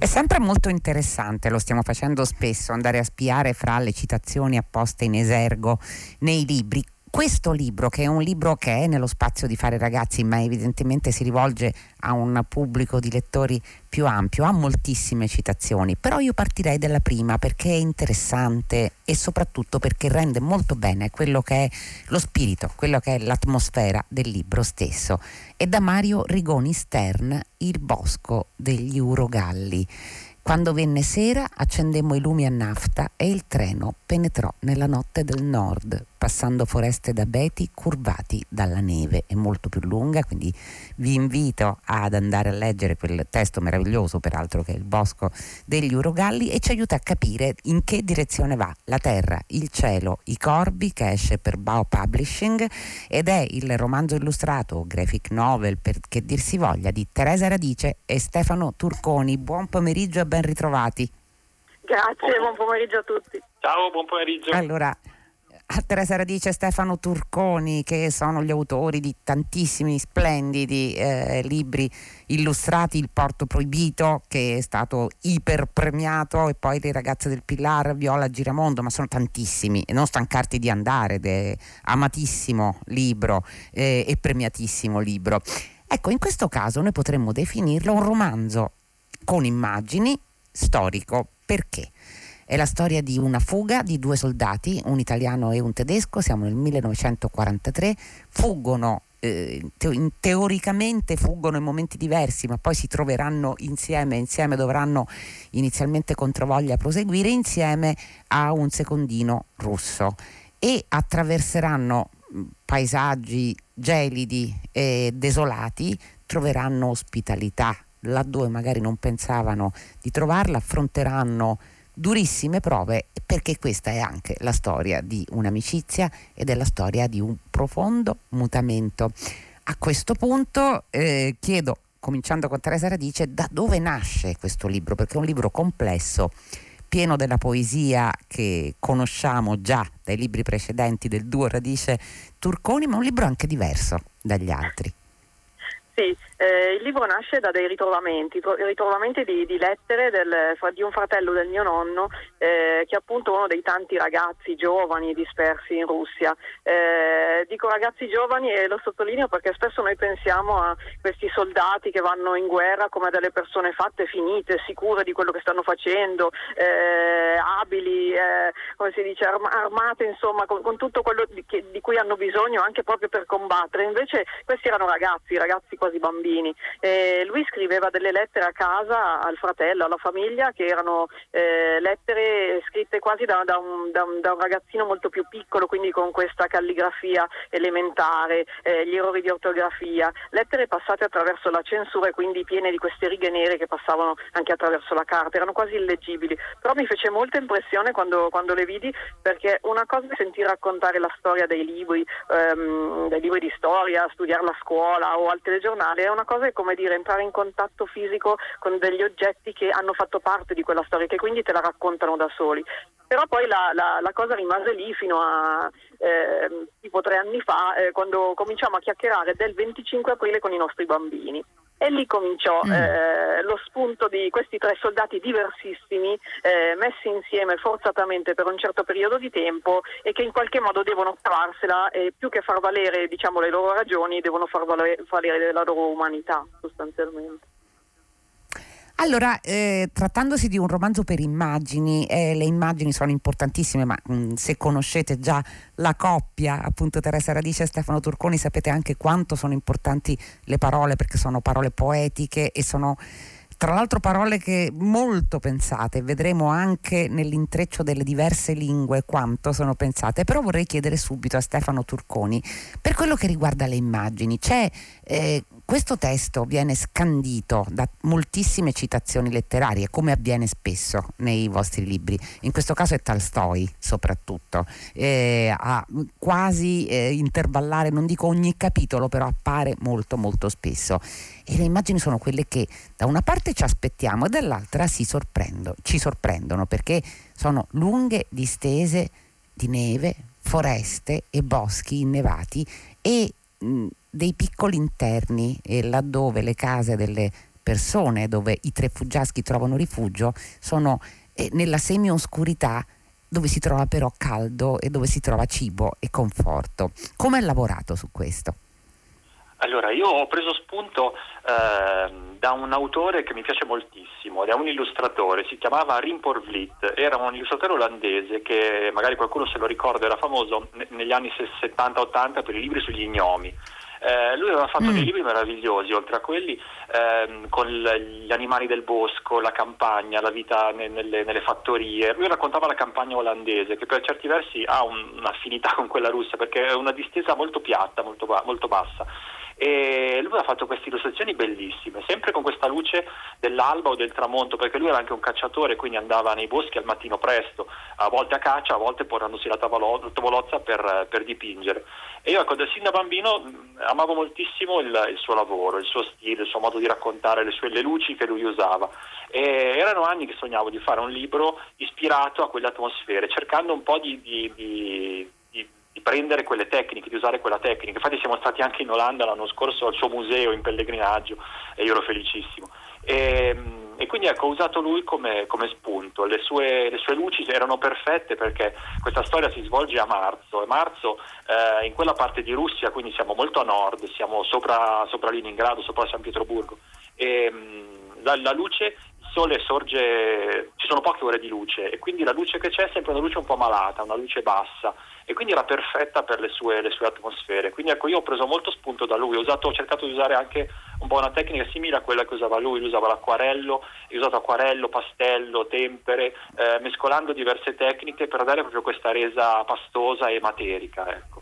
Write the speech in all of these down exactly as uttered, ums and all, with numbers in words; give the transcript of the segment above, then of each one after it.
sempre molto interessante, lo stiamo facendo spesso, andare a spiare fra le citazioni apposte in esergo nei libri. Questo libro, che è un libro che è nello spazio di Fare Ragazzi, ma evidentemente si rivolge a un pubblico di lettori più ampio, ha moltissime citazioni, però io partirei dalla prima perché è interessante e soprattutto perché rende molto bene quello che è lo spirito, quello che è l'atmosfera del libro stesso. È da Mario Rigoni Stern, Il bosco degli urogalli. Quando venne sera accendemmo i lumi a nafta e il treno penetrò nella notte del nord, passando foreste d'abeti curvati dalla neve. È molto più lunga, quindi vi invito ad andare a leggere quel testo meraviglioso, peraltro, che è Il bosco degli urogalli, e ci aiuta a capire in che direzione va la terra, il cielo, i corvi, che esce per Bao Publishing ed è il romanzo illustrato, graphic novel, per che dir si voglia, di Teresa Radice e Stefano Turconi. Buon pomeriggio e ben ritrovati. Grazie, buon pomeriggio a tutti. Ciao, buon pomeriggio. Allora, a Teresa Radice e Stefano Turconi, che sono gli autori di tantissimi splendidi eh, libri illustrati, Il porto proibito, che è stato iper premiato, e poi Le ragazze del Pilar, Viola Giramondo, ma sono tantissimi, e Non stancarti di andare, ed è amatissimo libro eh, e premiatissimo libro. Ecco, in questo caso noi potremmo definirlo un romanzo con immagini, storico. Perché? È la storia di una fuga di due soldati, un italiano e un tedesco, siamo nel millenovecentoquarantatré, fuggono, eh, te- teoricamente fuggono in momenti diversi, ma poi si troveranno insieme, insieme dovranno inizialmente controvoglia proseguire insieme a un secondino russo e attraverseranno paesaggi gelidi e desolati, troveranno ospitalità laddove magari non pensavano di trovarla, affronteranno durissime prove, perché questa è anche la storia di un'amicizia ed è la storia di un profondo mutamento. A questo punto eh, chiedo, cominciando con Teresa Radice, da dove nasce questo libro, perché è un libro complesso, pieno della poesia che conosciamo già dai libri precedenti del duo Radice Turconi, ma un libro anche diverso dagli altri. Sì, eh, il libro nasce da dei ritrovamenti, ritrovamenti di, di lettere del, di un fratello del mio nonno, eh, che è appunto uno dei tanti ragazzi giovani dispersi in Russia. Eh, dico ragazzi giovani e lo sottolineo perché spesso noi pensiamo a questi soldati che vanno in guerra come a delle persone fatte, finite, sicure di quello che stanno facendo, eh, abili, eh, come si dice, arm- armate, insomma, con, con tutto quello di, che, di cui hanno bisogno anche proprio per combattere. Invece questi erano ragazzi, ragazzi quasi bambini. Eh, lui scriveva delle lettere a casa al fratello, alla famiglia, che erano eh, lettere scritte quasi da, da, un, da, un, da un ragazzino molto più piccolo, quindi con questa calligrafia elementare, eh, gli errori di ortografia, lettere passate attraverso la censura e quindi piene di queste righe nere che passavano anche attraverso la carta, erano quasi illeggibili, però mi fece molta impressione quando, quando le vidi, perché una cosa è sentire raccontare la storia dei libri, ehm, dei libri di storia, studiarla a scuola o al telegiornale, è una cosa, è come dire, entrare in contatto fisico con degli oggetti che hanno fatto parte di quella storia, che quindi te la raccontano da soli. Però poi la, la, la cosa rimase lì fino a eh, tipo tre anni fa, eh, quando cominciamo a chiacchierare del venticinque aprile con i nostri bambini. E lì cominciò mm. eh, lo spunto di questi tre soldati diversissimi, eh, messi insieme forzatamente per un certo periodo di tempo e che in qualche modo devono cavarsela, e più che far valere, diciamo, le loro ragioni, devono far valere, valere la loro umanità, sostanzialmente. Allora, eh, trattandosi di un romanzo per immagini, eh, le immagini sono importantissime, ma mh, se conoscete già la coppia, appunto Teresa Radice e Stefano Turconi, sapete anche quanto sono importanti le parole, perché sono parole poetiche e sono tra l'altro parole che molto pensate, vedremo anche nell'intreccio delle diverse lingue quanto sono pensate. Però vorrei chiedere subito a Stefano Turconi, per quello che riguarda le immagini, c'è eh, questo testo viene scandito da moltissime citazioni letterarie, come avviene spesso nei vostri libri. In questo caso è Tolstoj soprattutto, eh, a quasi eh, intervallare, non dico ogni capitolo, però appare molto molto spesso. E le immagini sono quelle che da una parte ci aspettiamo e dall'altra si sorprendo, ci sorprendono, perché sono lunghe distese di neve, foreste e boschi innevati e mh, dei piccoli interni, e laddove le case delle persone, dove i tre fuggiaschi trovano rifugio, sono eh, nella semi-oscurità, dove si trova però caldo e dove si trova cibo e conforto. Come hai lavorato su questo? Allora, io ho preso spunto eh, da un autore che mi piace moltissimo, ed è un illustratore, si chiamava Rimpor Vliet, era un illustratore olandese che magari qualcuno se lo ricorda, era famoso ne- negli anni settanta ottanta per i libri sugli gnomi. Eh, lui aveva fatto mm. dei libri meravigliosi, oltre a quelli ehm, con l- gli animali del bosco, la campagna, la vita ne- nelle, nelle fattorie. Lui raccontava la campagna olandese, che per certi versi ha un- un'affinità con quella russa, perché è una distesa molto piatta, molto, ba- molto bassa. E lui ha fatto queste illustrazioni bellissime, sempre con questa luce dell'alba o del tramonto, perché lui era anche un cacciatore, quindi andava nei boschi al mattino presto, a volte a caccia, a volte portandosi la tavolo- tavolozza per, per dipingere. E io, ecco, da sin da bambino mh, amavo moltissimo il, il suo lavoro, il suo stile, il suo modo di raccontare, le sue le luci che lui usava. E erano anni che sognavo di fare un libro ispirato a quelle atmosfere, cercando un po' di, di, di di prendere quelle tecniche, di usare quella tecnica. Infatti siamo stati anche in Olanda l'anno scorso al suo museo in pellegrinaggio e io ero felicissimo. E, e quindi ecco, ho usato lui come, come spunto. Le sue, le sue luci erano perfette, perché questa storia si svolge a marzo, e marzo eh, in quella parte di Russia, quindi siamo molto a nord, siamo sopra, sopra Leningrado, sopra San Pietroburgo, e la, la luce, il sole sorge, ci sono poche ore di luce, e quindi la luce che c'è è sempre una luce un po' malata, una luce bassa, e quindi era perfetta per le sue, le sue atmosfere. Quindi ecco, io ho preso molto spunto da lui, ho, usato, ho cercato di usare anche un po' una tecnica simile a quella che usava lui. Lui usava l'acquarello, io ho usato acquarello, pastello, tempere, eh, mescolando diverse tecniche per dare proprio questa resa pastosa e materica, ecco.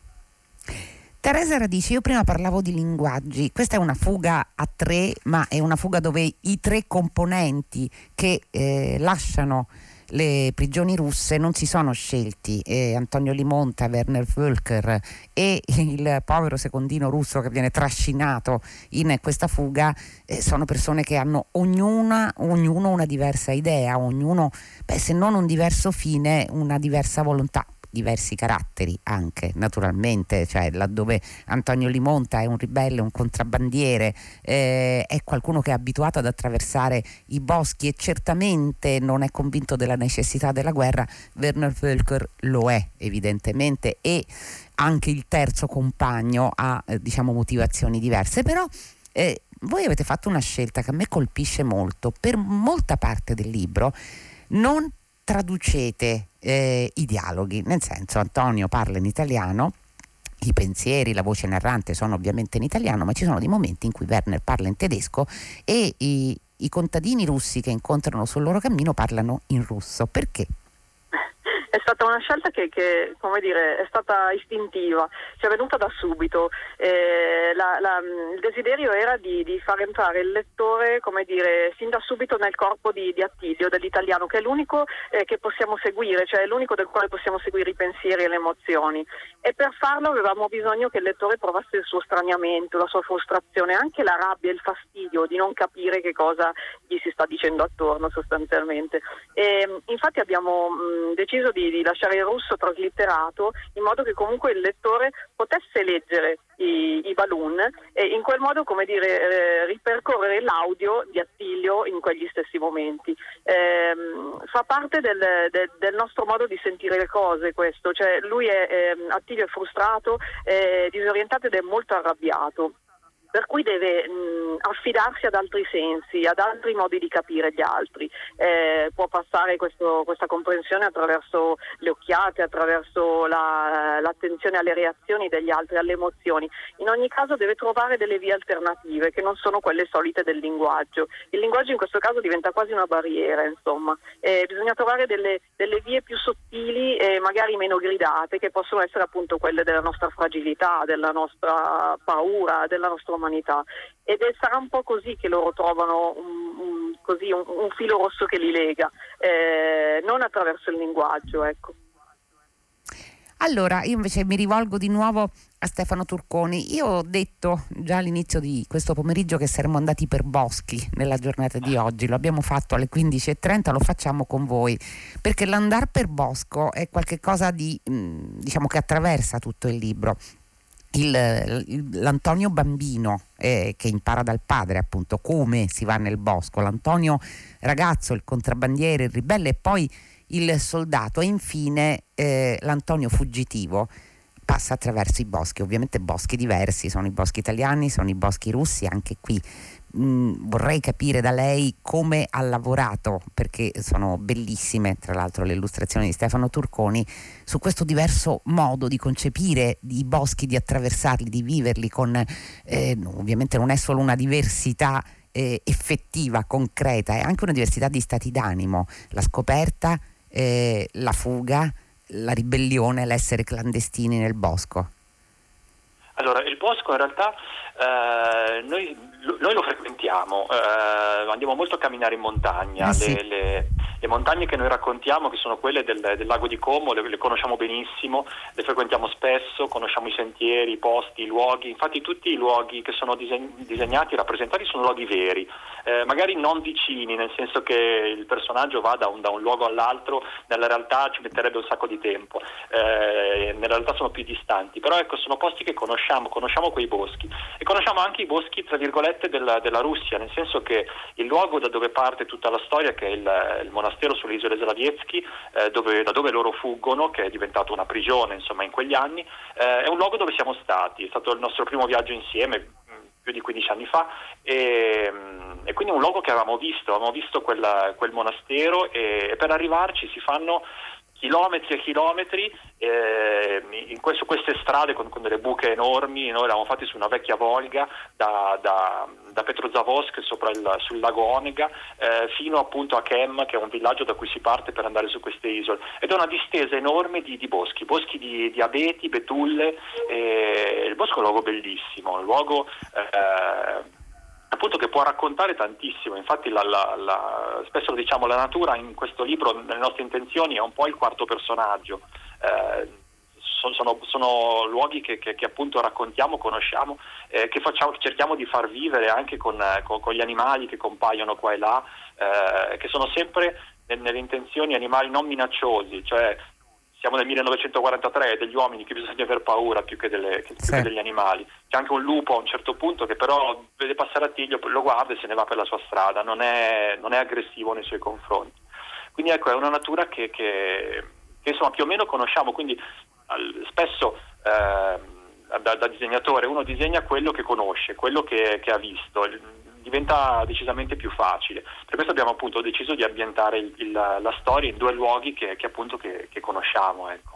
Teresa Radici, io prima parlavo di linguaggi, questa è una fuga a tre, ma è una fuga dove i tre componenti che eh, lasciano le prigioni russe non si sono scelti, eh, Antonio Limonta, Werner Völker e il povero secondino russo che viene trascinato in questa fuga, eh, sono persone che hanno ognuna, ognuno una diversa idea, ognuno, beh, se non un diverso fine, una diversa volontà, diversi caratteri anche, naturalmente, cioè laddove Antonio Limonta è un ribelle, un contrabbandiere, eh, è qualcuno che è abituato ad attraversare i boschi e certamente non è convinto della necessità della guerra. Werner Völker lo è evidentemente, e anche il terzo compagno ha eh, diciamo motivazioni diverse, però eh, voi avete fatto una scelta che a me colpisce molto. Per molta parte del libro non traducete eh, i dialoghi, nel senso, Antonio parla in italiano, i pensieri, la voce narrante sono ovviamente in italiano, ma ci sono dei momenti in cui Werner parla in tedesco e i, i contadini russi che incontrano sul loro cammino parlano in russo. Perché? È stata una scelta che, che, come dire, è stata istintiva, ci è venuta da subito. Eh, la, la, il desiderio era di, di far entrare il lettore, come dire, sin da subito nel corpo di, di Attilio, dell'italiano, che è l'unico eh, che possiamo seguire, cioè è l'unico del quale possiamo seguire i pensieri e le emozioni. E per farlo avevamo bisogno che il lettore provasse il suo straniamento, la sua frustrazione, anche la rabbia e il fastidio di non capire che cosa gli si sta dicendo attorno sostanzialmente. E, infatti abbiamo mh, deciso di di lasciare il russo traslitterato in modo che comunque il lettore potesse leggere i, i balloon e in quel modo, come dire, eh, ripercorrere l'audio di Attilio in quegli stessi momenti. Eh, fa parte del, del, del nostro modo di sentire le cose questo, cioè lui è, eh, Attilio è frustrato, è disorientato ed è molto arrabbiato, per cui deve mh, affidarsi ad altri sensi, ad altri modi di capire gli altri. Eh, può passare questo, questa comprensione attraverso le occhiate, attraverso la, l'attenzione alle reazioni degli altri, alle emozioni. In ogni caso deve trovare delle vie alternative che non sono quelle solite del linguaggio. Il linguaggio in questo caso diventa quasi una barriera, insomma. Eh, bisogna trovare delle, delle vie più sottili e magari meno gridate, che possono essere appunto quelle della nostra fragilità, della nostra paura, della nostra umanità, ed è, sarà un po' così che loro trovano un, un, così, un, un filo rosso che li lega, eh, non attraverso il linguaggio, ecco. Allora, io invece mi rivolgo di nuovo a Stefano Turconi. Io ho detto già all'inizio di questo pomeriggio che saremmo andati per boschi nella giornata di oggi, lo abbiamo fatto alle quindici e trenta, lo facciamo con voi, perché l'andar per bosco è qualcosa di, diciamo, che attraversa tutto il libro. il, il, l'Antonio bambino eh, che impara dal padre appunto come si va nel bosco, l'Antonio ragazzo, il contrabbandiere, il ribelle e poi il soldato e infine eh, l'Antonio fuggitivo passa attraverso i boschi, ovviamente boschi diversi, sono i boschi italiani, sono i boschi russi, anche qui mh, vorrei capire da lei come ha lavorato, perché sono bellissime tra l'altro le illustrazioni di Stefano Turconi, su questo diverso modo di concepire i boschi, di attraversarli, di viverli con, eh, ovviamente non è solo una diversità eh, effettiva, concreta, è anche una diversità di stati d'animo, la scoperta, eh, la fuga, la ribellione, l'essere clandestini nel bosco. Allora, il bosco in realtà eh, noi, noi lo frequentiamo, eh, andiamo molto a camminare in montagna, eh sì. le, le, le montagne che noi raccontiamo, che sono quelle del, del lago di Como, le, le conosciamo benissimo, le frequentiamo spesso, conosciamo i sentieri, i posti, i luoghi, infatti tutti i luoghi che sono diseg- disegnati e rappresentati sono luoghi veri, eh, magari non vicini, nel senso che il personaggio va da un, da un luogo all'altro, nella realtà ci metterebbe un sacco di tempo, eh, nella realtà sono più distanti, però ecco sono posti che conosciamo, conosciamo quei boschi e conosciamo anche i boschi tra virgolette della, della Russia, nel senso che il luogo da dove parte tutta la storia, che è il, il monastero sulle isole Zalavietsky, eh, dove, da dove loro fuggono, che è diventato una prigione insomma in quegli anni, eh, è un luogo dove siamo stati, è stato il nostro primo viaggio insieme più di quindici anni fa e, e quindi è un luogo che avevamo visto, avevamo visto quella, quel monastero e, e per arrivarci si fanno chilometri e chilometri eh, in questo, queste strade con, con delle buche enormi. Noi eravamo fatti su una vecchia Volga da, da, da Petrozavodsk sopra il, sul lago Onega eh, fino appunto a Kem, che è un villaggio da cui si parte per andare su queste isole, ed è una distesa enorme di, di boschi, boschi di, di abeti, betulle, eh, il bosco è un luogo bellissimo, un luogo eh, appunto che può raccontare tantissimo, infatti la, la, la, spesso diciamo la natura in questo libro, nelle nostre intenzioni, è un po' il quarto personaggio, eh, sono, sono, sono luoghi che, che, che appunto raccontiamo, conosciamo, eh, che facciamo, cerchiamo di far vivere anche con, con, con gli animali che compaiono qua e là, eh, che sono sempre nelle intenzioni animali non minacciosi, cioè siamo nel millenovecentoquarantatré, è degli uomini che bisogna aver paura più che, delle, più sì. che degli animali. C'è anche un lupo a un certo punto che però vede passare Attilio, lo guarda e se ne va per la sua strada, non è, non è aggressivo nei suoi confronti. Quindi ecco, è una natura che, che, che insomma più o meno conosciamo, quindi al, spesso eh, da, da disegnatore uno disegna quello che conosce, quello che, che ha visto, diventa decisamente più facile. Per questo abbiamo appunto deciso di ambientare il, il, la storia in due luoghi che, che appunto che, che conosciamo, ecco.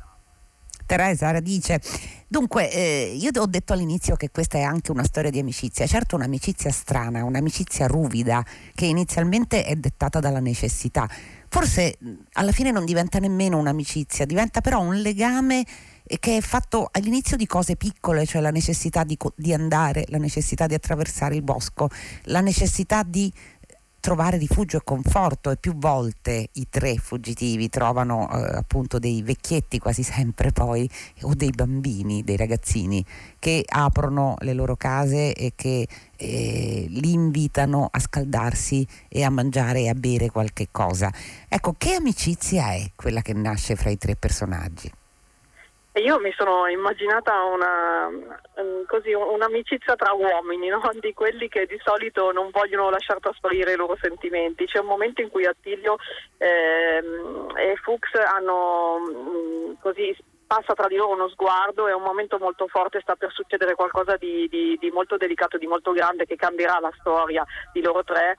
Teresa Radice, dunque eh, io ho detto all'inizio che questa è anche una storia di amicizia, certo un'amicizia strana, un'amicizia ruvida che inizialmente è dettata dalla necessità, forse alla fine non diventa nemmeno un'amicizia, diventa però un legame che è fatto all'inizio di cose piccole, cioè la necessità di, di andare, la necessità di attraversare il bosco, la necessità di trovare rifugio e conforto, e più volte i tre fuggitivi trovano eh, appunto dei vecchietti quasi sempre poi, o dei bambini, dei ragazzini che aprono le loro case e che eh, li invitano a scaldarsi e a mangiare e a bere qualche cosa. Ecco, che amicizia è quella che nasce fra i tre personaggi? Io mi sono immaginata una così un'amicizia tra uomini, no? Di quelli che di solito non vogliono lasciar trasparire i loro sentimenti. C'è un momento in cui Attilio ehm, e Fuchs hanno mh, così passa tra di loro uno sguardo, è un momento molto forte, sta per succedere qualcosa di, di, di molto delicato, di molto grande, che cambierà la storia di loro tre,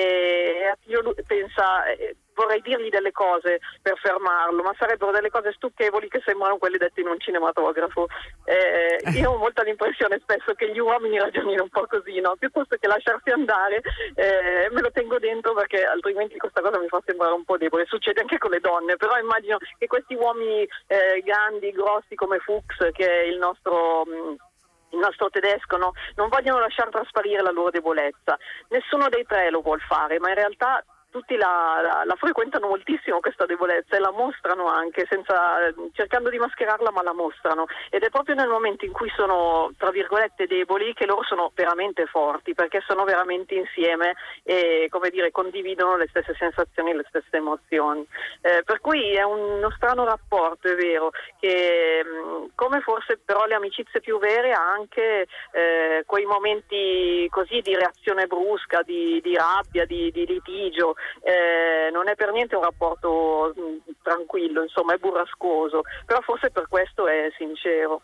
e Attilio pensa eh, vorrei dirgli delle cose per fermarlo, ma sarebbero delle cose stucchevoli che sembrano quelle dette in un cinematografo. Eh, io ho molta l'impressione spesso che gli uomini ragionino un po' così, no? Piuttosto che lasciarsi andare, eh, me lo tengo dentro, perché altrimenti questa cosa mi fa sembrare un po' debole. Succede anche con le donne, però immagino che questi uomini eh, grandi, grossi come Fuchs, che è il nostro... Mh, il nostro tedesco, no? Non vogliono lasciare trasparire la loro debolezza. Nessuno dei tre lo vuol fare, ma in realtà tutti la, la, la frequentano moltissimo questa debolezza e la mostrano anche, senza, cercando di mascherarla, ma la mostrano, ed è proprio nel momento in cui sono tra virgolette deboli che loro sono veramente forti, perché sono veramente insieme e, come dire, condividono le stesse sensazioni, le stesse emozioni, eh, per cui è uno strano rapporto, è vero, che come forse però le amicizie più vere ha anche eh, quei momenti così di reazione brusca, di, di rabbia, di, di litigio, eh, non è per niente un rapporto mh, tranquillo, insomma è burrascoso, però forse per questo è sincero.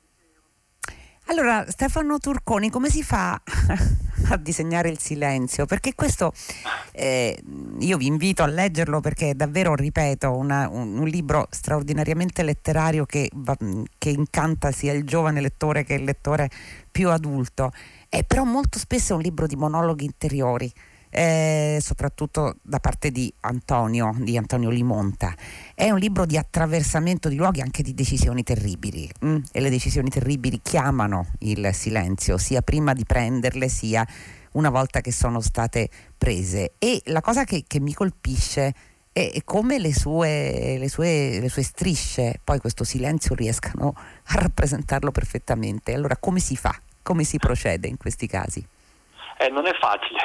Allora, Stefano Turconi, come si fa a disegnare il silenzio? Perché questo eh, io vi invito a leggerlo, perché è davvero, ripeto, una, un, un libro straordinariamente letterario che, va, che incanta sia il giovane lettore che il lettore più adulto. È però molto spesso un libro di monologhi interiori, eh, soprattutto da parte di Antonio, di Antonio Limonta. È un libro di attraversamento di luoghi, anche di decisioni terribili, mm? e le decisioni terribili chiamano il silenzio, sia prima di prenderle sia una volta che sono state prese. E la cosa che, che mi colpisce è come le sue, le sue, le sue strisce, poi questo silenzio, riescano a rappresentarlo perfettamente. Allora come si fa? Come si procede in questi casi? Eh, non è facile,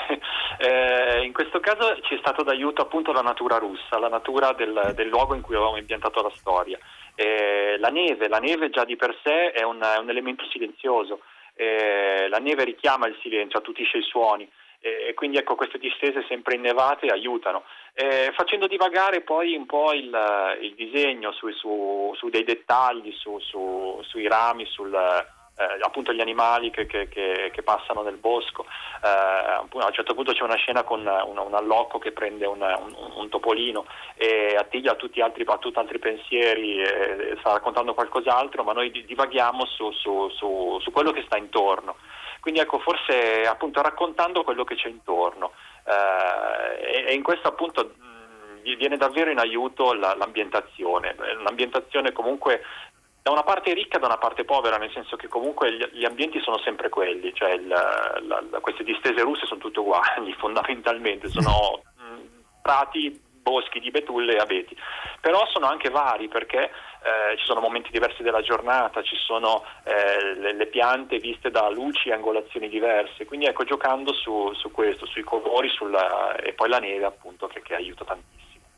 eh, in questo caso ci è stato d'aiuto appunto la natura russa, la natura del, del luogo in cui avevamo impiantato la storia. Eh, la neve, la neve già di per sé è un, è un elemento silenzioso, eh, la neve richiama il silenzio, attutisce i suoni, e eh, quindi ecco, queste distese sempre innevate aiutano, eh, facendo divagare poi un po' il, il disegno su, su, su dei dettagli, su, su, sui rami, sul... Eh, appunto gli animali che, che, che, che passano nel bosco. Eh, a un certo punto c'è una scena con un, un allocco che prende un, un, un topolino e attiglia a tutti altri, a tutti altri pensieri, e sta raccontando qualcos'altro, ma noi divaghiamo su, su, su, su quello che sta intorno. Quindi ecco, forse appunto raccontando quello che c'è intorno, eh, e, e in questo appunto mh, viene davvero in aiuto la, l'ambientazione, l'ambientazione comunque da una parte ricca, da una parte povera, nel senso che comunque gli, gli ambienti sono sempre quelli, cioè il, la, la, queste distese russe sono tutte uguali fondamentalmente, sono mh, prati, boschi di betulle e abeti, però sono anche vari, perché eh, ci sono momenti diversi della giornata, ci sono eh, le, le piante viste da luci e angolazioni diverse, quindi ecco, giocando su, su questo, sui colori, sulla, e poi la neve appunto che, che aiuta tantissimo.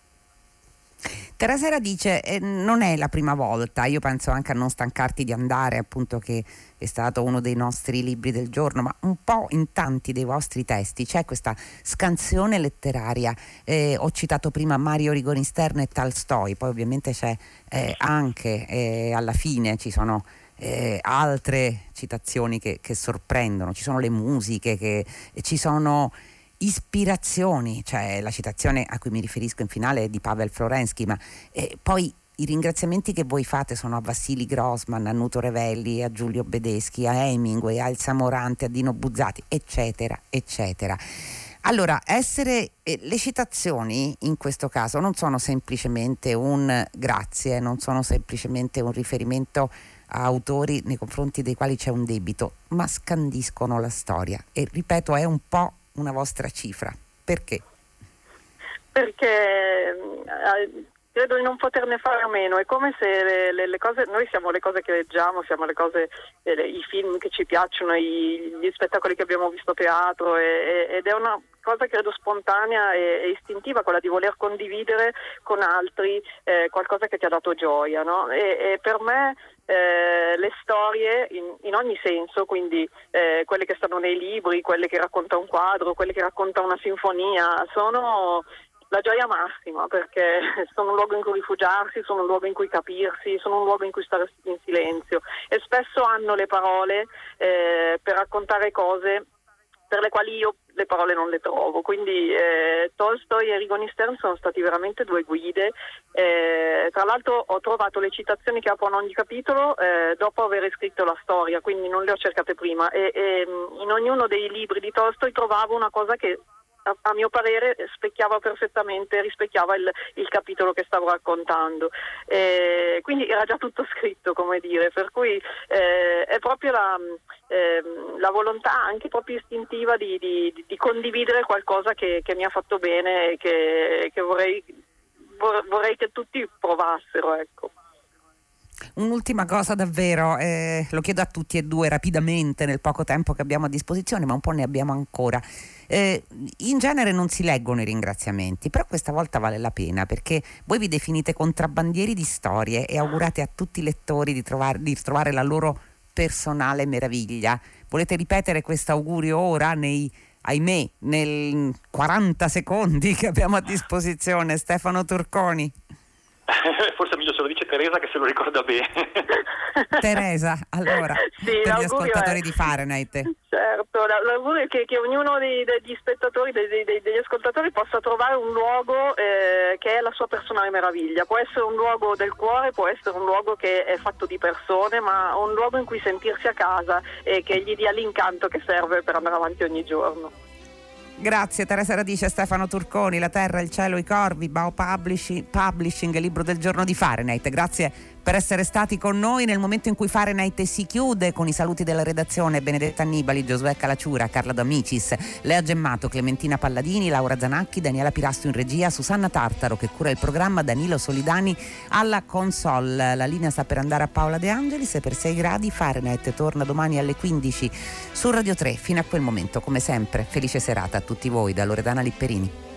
Teresa dice eh, non è la prima volta, io penso anche a Non stancarti di andare, appunto, che è stato uno dei nostri libri del giorno, ma un po' in tanti dei vostri testi c'è questa scansione letteraria. Eh, ho citato prima Mario Rigoni Stern e Tolstoj, poi ovviamente c'è eh, anche eh, alla fine ci sono eh, altre citazioni che, che sorprendono, ci sono le musiche, che ci sono ispirazioni, cioè la citazione a cui mi riferisco in finale è di Pavel Florensky, ma eh, poi i ringraziamenti che voi fate sono a Vassili Grossman, a Nuto Revelli, a Giulio Bedeschi, a Hemingway, a Elsa Morante, a Dino Buzzati, eccetera, eccetera. Allora, essere eh, le citazioni in questo caso non sono semplicemente un grazie, non sono semplicemente un riferimento a autori nei confronti dei quali c'è un debito, ma scandiscono la storia e, ripeto, è un po' una vostra cifra. Perché? Perché eh, credo di non poterne fare a meno. È come se le, le, le cose, noi siamo le cose che leggiamo, siamo le cose, eh, le, i film che ci piacciono, i, gli spettacoli che abbiamo visto a teatro, e, e, ed è una cosa credo spontanea e, e istintiva, quella di voler condividere con altri eh, qualcosa che ti ha dato gioia, no? E, e per me Eh, le storie in, in ogni senso, quindi eh, quelle che stanno nei libri, quelle che racconta un quadro, quelle che racconta una sinfonia, sono la gioia massima, perché sono un luogo in cui rifugiarsi, sono un luogo in cui capirsi, sono un luogo in cui stare in silenzio, e spesso hanno le parole eh, per raccontare cose per le quali io le parole non le trovo. Quindi eh, Tolstoj e Rigoni Stern sono stati veramente due guide. Eh, tra l'altro ho trovato le citazioni che aprono ogni capitolo eh, dopo aver scritto la storia, quindi non le ho cercate prima, e, e in ognuno dei libri di Tolstoj trovavo una cosa che a, a mio parere specchiava perfettamente, rispecchiava il, il capitolo che stavo raccontando. Eh, quindi era già tutto scritto, come dire, per cui eh, è proprio la, eh, la volontà anche proprio istintiva di, di, di condividere qualcosa che, che mi ha fatto bene e che, che vorrei, vorrei che tutti provassero, ecco. Un'ultima cosa davvero, eh, lo chiedo a tutti e due rapidamente nel poco tempo che abbiamo a disposizione, ma un po' ne abbiamo ancora. Eh, in genere non si leggono i ringraziamenti, però questa volta vale la pena, perché voi vi definite contrabbandieri di storie e augurate a tutti i lettori di trovare, di trovare la loro personale meraviglia. Volete ripetere questo augurio ora nei, ahimè, nel quaranta secondi che abbiamo a disposizione? Stefano Turconi. Forse è meglio se lo dice Teresa, che se lo ricorda bene. Teresa, allora, sì, per gli ascoltatori è... di Fahrenheit. Certo, l'augurio è che, che ognuno dei, degli spettatori, dei, dei, degli ascoltatori possa trovare un luogo eh, che è la sua personale meraviglia. Può essere un luogo del cuore, può essere un luogo che è fatto di persone, ma un luogo in cui sentirsi a casa e che gli dia l'incanto che serve per andare avanti ogni giorno. Grazie Teresa Radice e Stefano Turconi. La terra, il cielo, i corvi, Bao Publishing, Publishing, libro del giorno di Fahrenheit. Grazie per essere stati con noi nel momento in cui Fahrenheit si chiude, con i saluti della redazione: Benedetta Annibali, Giosuè Calacciura, Carla D'Amicis, Lea Gemmato, Clementina Palladini, Laura Zanacchi, Daniela Pirasto in regia, Susanna Tartaro che cura il programma, Danilo Solidani alla console. La linea sta per andare a Paola De Angelis e per sei gradi Fahrenheit torna domani alle quindici su Radio tre. Fino a quel momento, come sempre, felice serata a tutti voi da Loredana Lipperini.